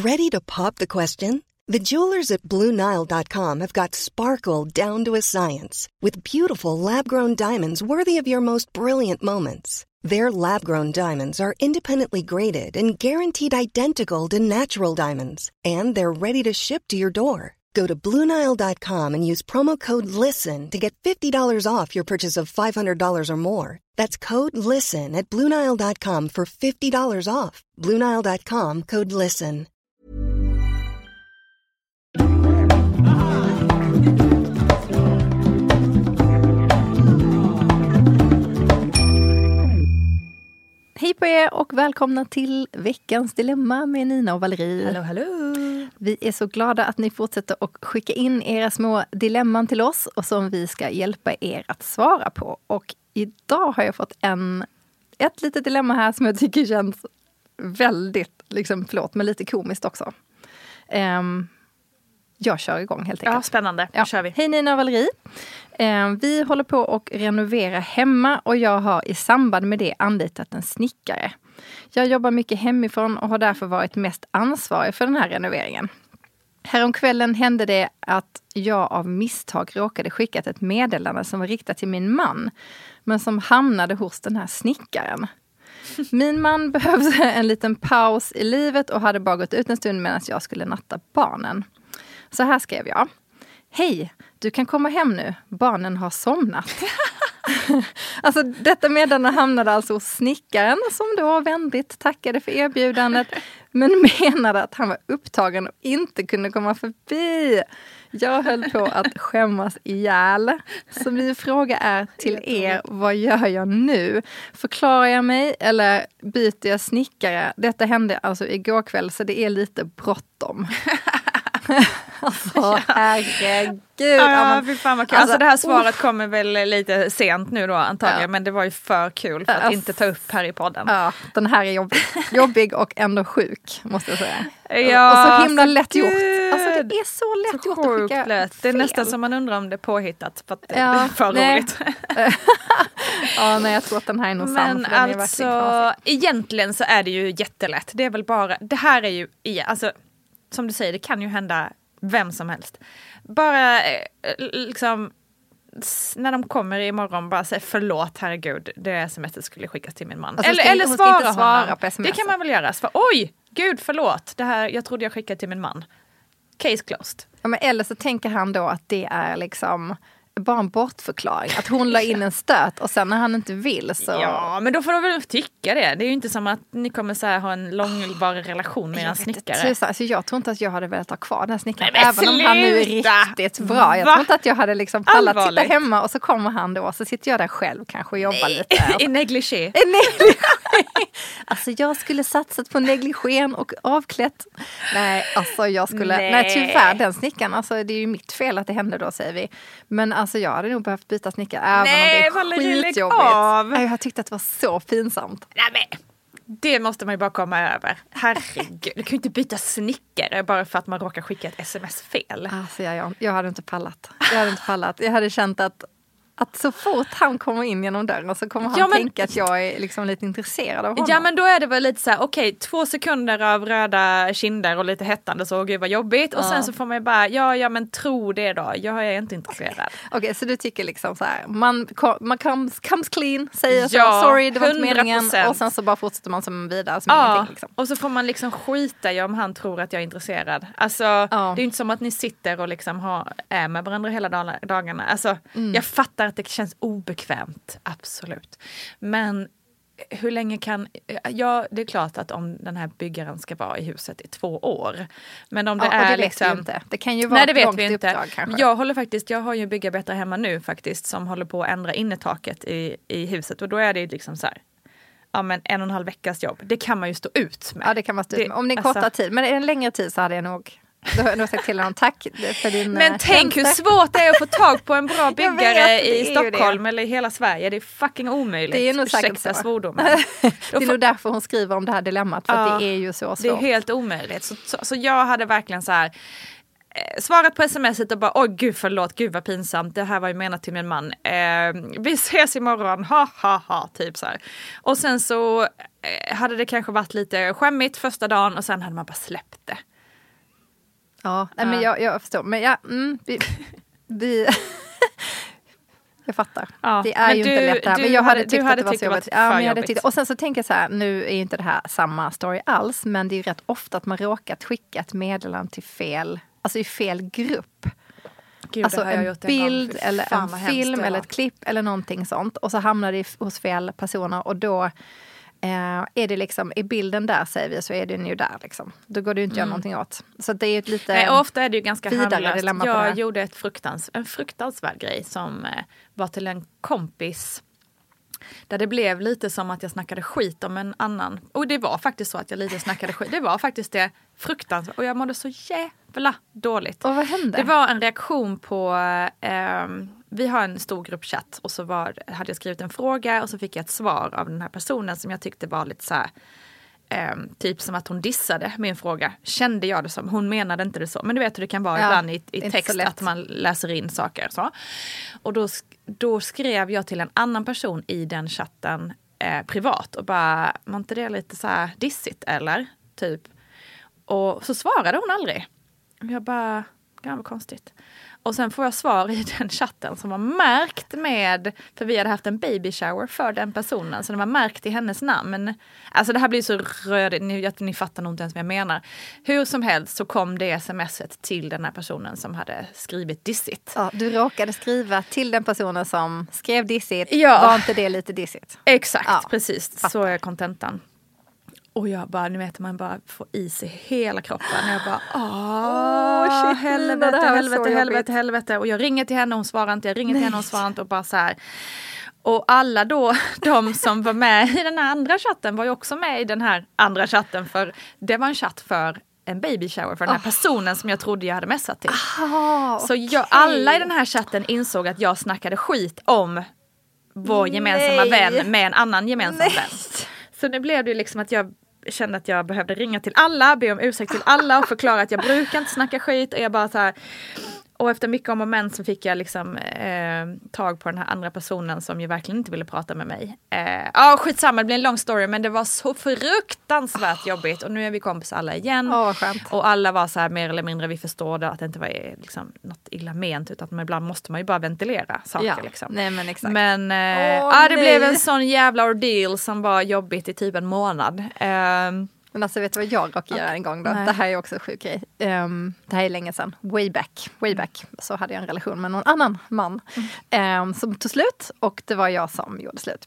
Ready to pop the question? The jewelers at BlueNile.com have got sparkle down to a science with beautiful lab-grown diamonds worthy of your most brilliant moments. Their lab-grown diamonds are independently graded and guaranteed identical to natural diamonds, and they're ready to ship to your door. Go to BlueNile.com and use promo code LISTEN to get $50 off your purchase of $500 or more. That's code LISTEN at BlueNile.com for $50 off. BlueNile.com, code LISTEN. Hej på er och välkomna till veckans dilemma med Nina och Valerie. Hallå, hallå! Vi är så glada att ni fortsätter att skicka in era små dilemman till oss och som vi ska hjälpa er att svara på. Och idag har jag fått ett litet dilemma här som jag tycker känns väldigt, men lite komiskt också. Jag kör igång helt enkelt. Ja, spännande. Nu kör vi. Hej Nina och Valerie. Vi håller på att renovera hemma och jag har i samband med det anlitat en snickare. Jag jobbar mycket hemifrån och har därför varit mest ansvarig för den här renoveringen. Häromkvällen hände det att jag av misstag råkade skicka ett meddelande som var riktat till min man, men som hamnade hos den här snickaren. Min man behövde en liten paus i livet och hade bara gått ut en stund medan jag skulle natta barnen. Så här skrev jag. Hej, du kan komma hem nu. Barnen har somnat. Alltså detta meddelande hamnade alltså hos snickaren som då vänligt tackade för erbjudandet men menade att han var upptagen och inte kunde komma förbi. Jag höll på att skämmas ihjäl. Så min fråga är till er, vad gör jag nu? Förklarar jag mig eller byter jag snickare? Detta hände alltså igår kväll så det är lite bråttom. Alltså, herregud. Ja, fy fan vad kul. Alltså det här svaret kommer väl lite sent nu då antagligen, men det var ju för kul för att inte ta upp här i podden. Ja, den här är jobbig och ändå sjuk, måste jag säga. Ja, och så himla lätt gjort. Alltså det är så lätt gjort att skicka lätt. Det är nästan som man undrar om det är påhittat för att det är för roligt. Ja, nej, jag tror att den här är nog sann. Men alltså, egentligen så är det ju jättelätt. Det är väl bara, det här är ju, alltså som du säger, det kan ju hända vem som helst. Bara när de kommer imorgon bara säga förlåt, herregud, det sms:et skulle skickas till min man. Alltså, eller svara på sms. Det kan man väl göra. Oj, gud förlåt, det här, jag trodde jag skickade till min man. Case closed. Ja, men eller så tänker han då att det är bara en bortförklaring. Att hon la in en stöt och sen när han inte vill så... Ja, men då får de väl tycka det. Det är ju inte som att ni kommer så här, ha en långvarig relation med en snickare. Alltså, jag tror inte att jag hade velat ha kvar den här snickaren. Även om han nu är riktigt bra. Jag tror inte att jag hade pallat sitta hemma och så kommer han då. Så sitter jag där själv kanske och jobbar lite. I negligé. Alltså jag skulle satsat på negligén och avklätt. Nej, alltså jag skulle... Nej, tyvärr den snickaren. Alltså det är ju mitt fel att det hände då, säger vi. Men alltså jag hade nog behövt byta snickare även om det är skitjobbigt. Jag har tyckt att det var så pinsamt. Nej, men det måste man ju bara komma över. Herregud, du kan ju inte byta snickare bara för att man råkar skicka ett sms fel. Alltså jag hade inte pallat. Jag hade känt att så fort han kommer in genom dörren så kommer han tänka att jag är lite intresserad av honom. Ja, men då är det väl lite så här, okej, 2 sekunder av röda kinder och lite hettande, så gud vad jobbigt. Och sen så får man ju bara, ja men tro det då, jag är inte intresserad. Okej, så du tycker så här, man comes clean, säger så, sorry, det var inte meningen. Och sen så bara fortsätter man som vidare som ingenting. Och så får man skita i om han tror att jag är intresserad. Alltså, det är ju inte som att ni sitter och är med varandra hela dagarna. Alltså, jag fattar att det känns obekvämt, absolut. Men hur länge kan... Ja, det är klart att om den här byggaren ska vara i huset i 2 år. Men om det är det vet vi inte. Det kan ju vara ett långt uppdrag kanske. Jag har ju en byggarbetare hemma nu faktiskt som håller på att ändra innetaket i huset. Och då är det så här... Ja, men 1,5 veckas jobb. Det kan man ju stå ut med. Ja, det kan man stå ut med. Om det är korta tid. Men en längre tid så hade jag nog... Du har nog sagt till honom, tack för din Men tänk hur svårt det är att få tag på en bra byggare i Stockholm eller i hela Sverige. Det är fucking omöjligt. Det är nog säkert så. Det är nog därför hon skriver om det här dilemmat. För att det är ju så svårt. Det är helt omöjligt. Så jag hade verkligen så här... svarat på smset och bara, oj gud förlåt, gud vad pinsamt, det här var ju menat till min man, vi ses imorgon, ha typ så här. Och sen så hade det kanske varit lite skämmigt första dagen och sen hade man bara släppt det. Ja, men jag förstår. Men vi jag fattar. Ja, det är ju inte lätt där. Men jag hade tyckt att det var så jobbigt. Men jag hade och sen så tänker jag så här, nu är ju inte det här samma story alls, men det är ju rätt ofta att man råkat skicka ett meddelande till fel, alltså i fel grupp. Gud, alltså en bild eller en film eller ett klipp eller någonting sånt. Och så hamnar det hos fel personer och då är det liksom, i bilden där säger vi, så är det ju där liksom. Då går det ju inte att göra någonting åt. Så det är ett lite Nej, ofta är det ju ganska harmlöst. Jag gjorde en fruktansvärd grej som var till en kompis. Där det blev lite som att jag snackade skit om en annan. Och det var faktiskt så att jag lite snackade skit. Det var faktiskt det fruktansvärt. Och jag mådde så jävla dåligt. Och vad hände? Det var en reaktion på... vi har en stor gruppchatt. Och så hade jag skrivit en fråga. Och så fick jag ett svar av den här personen som jag tyckte var lite så här... typ som att hon dissade min fråga. Kände jag det som. Hon menade inte det så. Men du vet hur det kan vara ibland i text att man läser in saker. Så. Och då skrev jag till en annan person i den chatten privat. Och bara, var inte det lite så här dissigt eller? Typ. Och så svarade hon aldrig. Jag bara, det var konstigt. Och sen får jag svar i den chatten som var märkt med, för vi hade haft en baby shower för den personen, så det var märkt i hennes namn. Alltså det här blir så rödigt, ni fattar nog inte ens vad jag menar. Hur som helst så kom det smset till den här personen som hade skrivit dissigt. Ja, du råkade skriva till den personen som skrev dissigt, var inte det lite dissigt? Exakt, precis. Fattar. Så är kontentan. Och jag bara, ni vet, man bara får i sig hela kroppen. Och jag bara, helvete. Och jag ringer till henne, hon svarar inte. Jag ringer till henne, hon svarar inte. Och bara så här. Och alla då, de som var med i den här andra chatten var ju också med i den här andra chatten. För det var en chatt för en baby shower för den här personen som jag trodde jag hade messat till. Så alla i den här chatten insåg att jag snackade skit om vår gemensamma vän med en annan gemensam vän. Så nu blev det ju liksom att jag kände att jag behövde ringa till alla, be om ursäkt till alla och förklara att jag brukar inte snacka skit. Och jag bara så här, och efter mycket om och men så fick jag liksom tag på den här andra personen som ju verkligen inte ville prata med mig. Skitsamma, det blir en lång story, men det var så fruktansvärt jobbigt. Och nu är vi kompisar alla igen. Och alla var så här mer eller mindre, vi förstår det, att det inte var liksom något illa ment, utan att ibland måste man ju bara ventilera saker liksom. Nej, men exakt. Men det blev en sån jävla ordeal som var jobbigt i typ en månad. Men alltså, vet du vad jag råkade göra en gång då? Nej. Det här är också en sjuk grej. Det här är länge sedan. Way back. Så hade jag en relation med någon annan man. Som tog slut. Och det var jag som gjorde slut.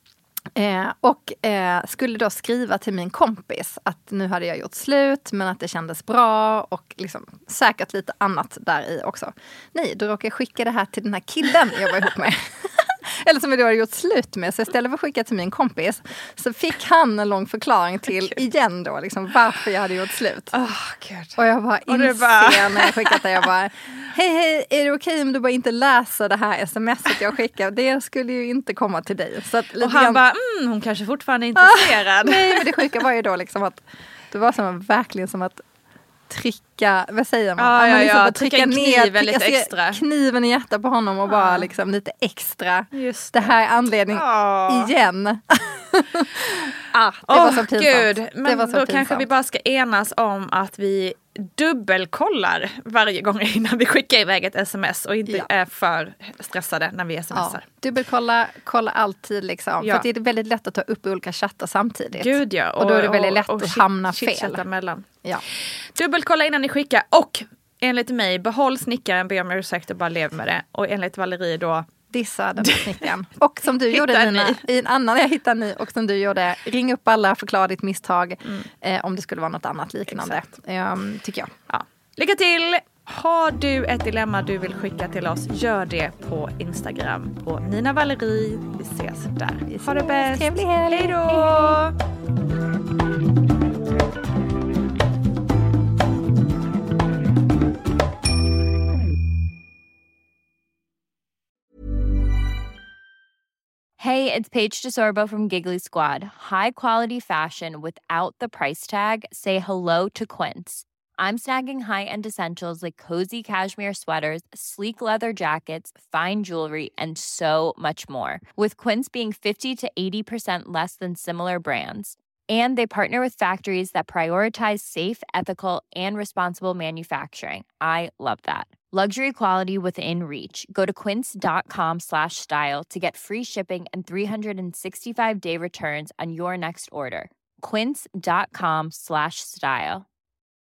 Skulle då skriva till min kompis att nu hade jag gjort slut, men att det kändes bra. Och liksom, säkert lite annat där i också. Nej, då råkade jag skicka det här till den här killen jag var ihop med. Eller som jag då hade gjort slut med. Så istället för att skicka till min kompis så fick han en lång förklaring till igen då. Liksom, varför jag hade gjort slut. Och jag bara inser när jag skickat det. Jag bara, hej, är det okej om du bara inte läser det här smset jag skickar? Det skulle ju inte komma till dig. Så att, och han bara, hon kanske fortfarande är intresserad. Nej, men det sjuka var ju då liksom att det var verkligen som att trycka, vad säger man? Trycka kniven lite extra. Kniven i hjärtat på honom och bara liksom lite extra. Just det här är anledning igen. Det var så pinsamt. Gud. Men då pinsamt. Kanske vi bara ska enas om att vi dubbelkollar varje gång innan vi skickar iväg ett sms och inte är för stressade när vi smsar. Dubbelkolla alltid liksom. För det är väldigt lätt att ta upp olika chattar samtidigt. Gud ja. Och då är det väldigt lätt att hamna fel. Mellan. Ja. Dubbelkolla innan ni skickar. Och enligt mig, behåll snickaren, be om ursäkt och bara lev med det. Och enligt Valerie då, dissa den snickaren. Och som du gjorde Nina, i en annan, jag hittade ny, och som du gjorde, ring upp alla, förklara ditt misstag om det skulle vara något annat liknande. Tycker jag. Ja. Lycka till! Har du ett dilemma du vill skicka till oss, gör det på Instagram på Nina Valerie. Vi ses där. Ha det bäst! Trevlig helg! Hej då! Hey, it's Paige DeSorbo from Giggly Squad. High quality fashion without the price tag. Say hello to Quince. I'm snagging high-end essentials like cozy cashmere sweaters, sleek leather jackets, fine jewelry, and so much more. With Quince being 50 to 80% less than similar brands. And they partner with factories that prioritize safe, ethical, and responsible manufacturing. I love that. Luxury quality within reach. Go to quince.com/style to get free shipping and 365-day returns on your next order. Quince.com/style.